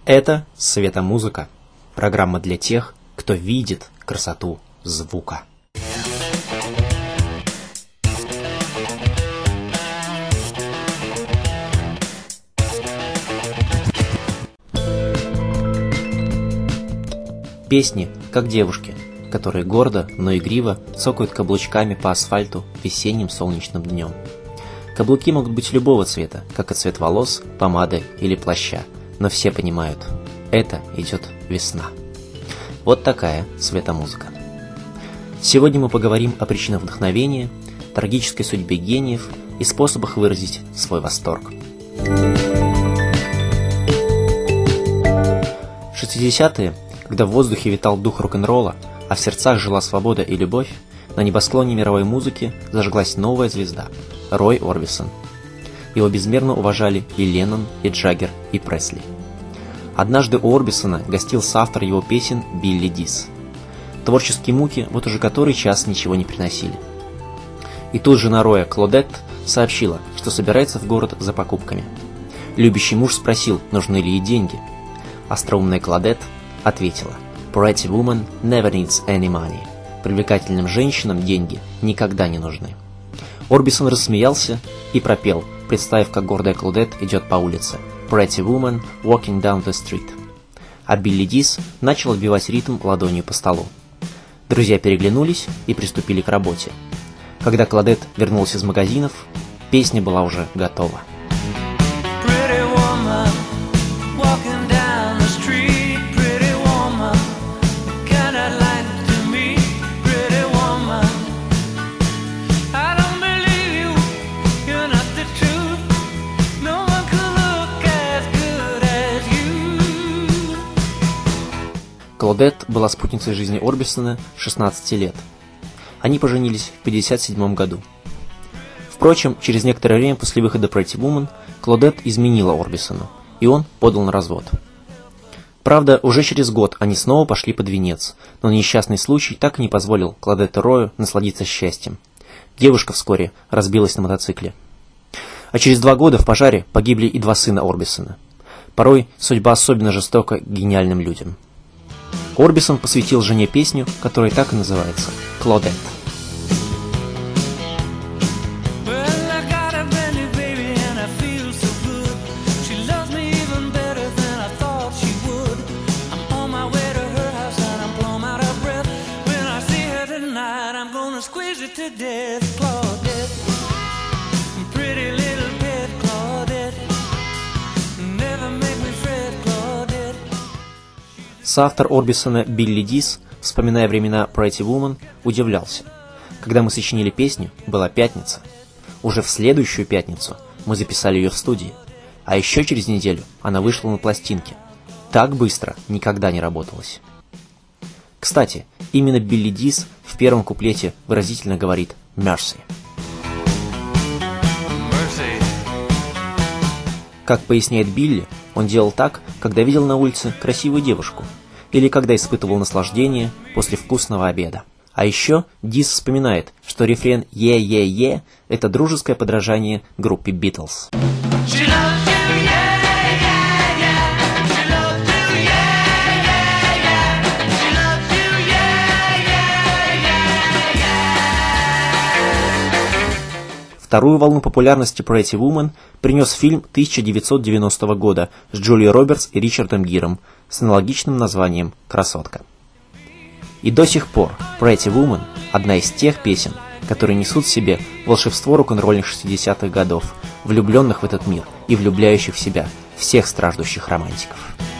Это «Светомузыка», программа для тех, кто видит красоту звука. Песни, как девушки, которые гордо, но игриво цокают каблучками по асфальту весенним солнечным днем. Каблуки могут быть любого цвета, как и цвет волос, помады или плаща, но все понимают – это идет весна. Вот такая светомузыка. Сегодня мы поговорим о причинах вдохновения, трагической судьбе гениев и способах выразить свой восторг. 60-е, когда в воздухе витал дух рок-н-ролла, а в сердцах жила свобода и любовь, на небосклоне мировой музыки зажглась новая звезда – Рой Орбисон. Его безмерно уважали и Леннон, и Джаггер, и Пресли. Однажды у Орбисона гостил соавтор его песен Билли Дис. Творческие муки вот уже который час ничего не приносили. И тут жена Роя, Клодетт, сообщила, что собирается в город за покупками. Любящий муж спросил, нужны ли ей деньги. Остроумная Клодетт ответила: «Pretty woman never needs any money». Привлекательным женщинам деньги никогда не нужны. Орбисон рассмеялся и пропел, представив, как гордая Клодетт идет по улице: «Pretty woman walking down the street». А Билли Дис начал отбивать ритм ладонью по столу. Друзья переглянулись и приступили к работе. Когда Клодетт вернулась из магазинов, песня была уже готова. Клодетт была спутницей жизни Орбисона 16 лет. Они поженились в 1957 году. Впрочем, через некоторое время после выхода Pretty Woman Клодетт изменила Орбисону, и он подал на развод. Правда, уже через год они снова пошли под венец, но несчастный случай так и не позволил Клодетт и Рою насладиться счастьем. Девушка вскоре разбилась на мотоцикле. А через 2 года в пожаре погибли и 2 сына Орбисона. Порой судьба особенно жестока к гениальным людям. Орбисон посвятил жене песню, которая так и называется – «Клодетт». Соавтор Орбисона Билли Дис, вспоминая времена Pretty Woman, удивлялся. Когда мы сочинили песню, была пятница. Уже в следующую пятницу мы записали ее в студии. А еще через неделю она вышла на пластинке. Так быстро никогда не работалось. Кстати, именно Билли Дис в первом куплете выразительно говорит «Mercy». Как поясняет Билли, он делал так, когда видел на улице красивую девушку, или когда испытывал наслаждение после вкусного обеда. А еще Дис вспоминает, что рефрен «Yeah, yeah, yeah» — это дружеское подражание группе Beatles. Вторую волну популярности Pretty Woman принес фильм 1990 года с Джулией Робертс и Ричардом Гиром с аналогичным названием «Красотка». И до сих пор Pretty Woman – одна из тех песен, которые несут в себе волшебство рок-н-ролльных 60-х годов, влюбленных в этот мир и влюбляющих в себя всех страждущих романтиков.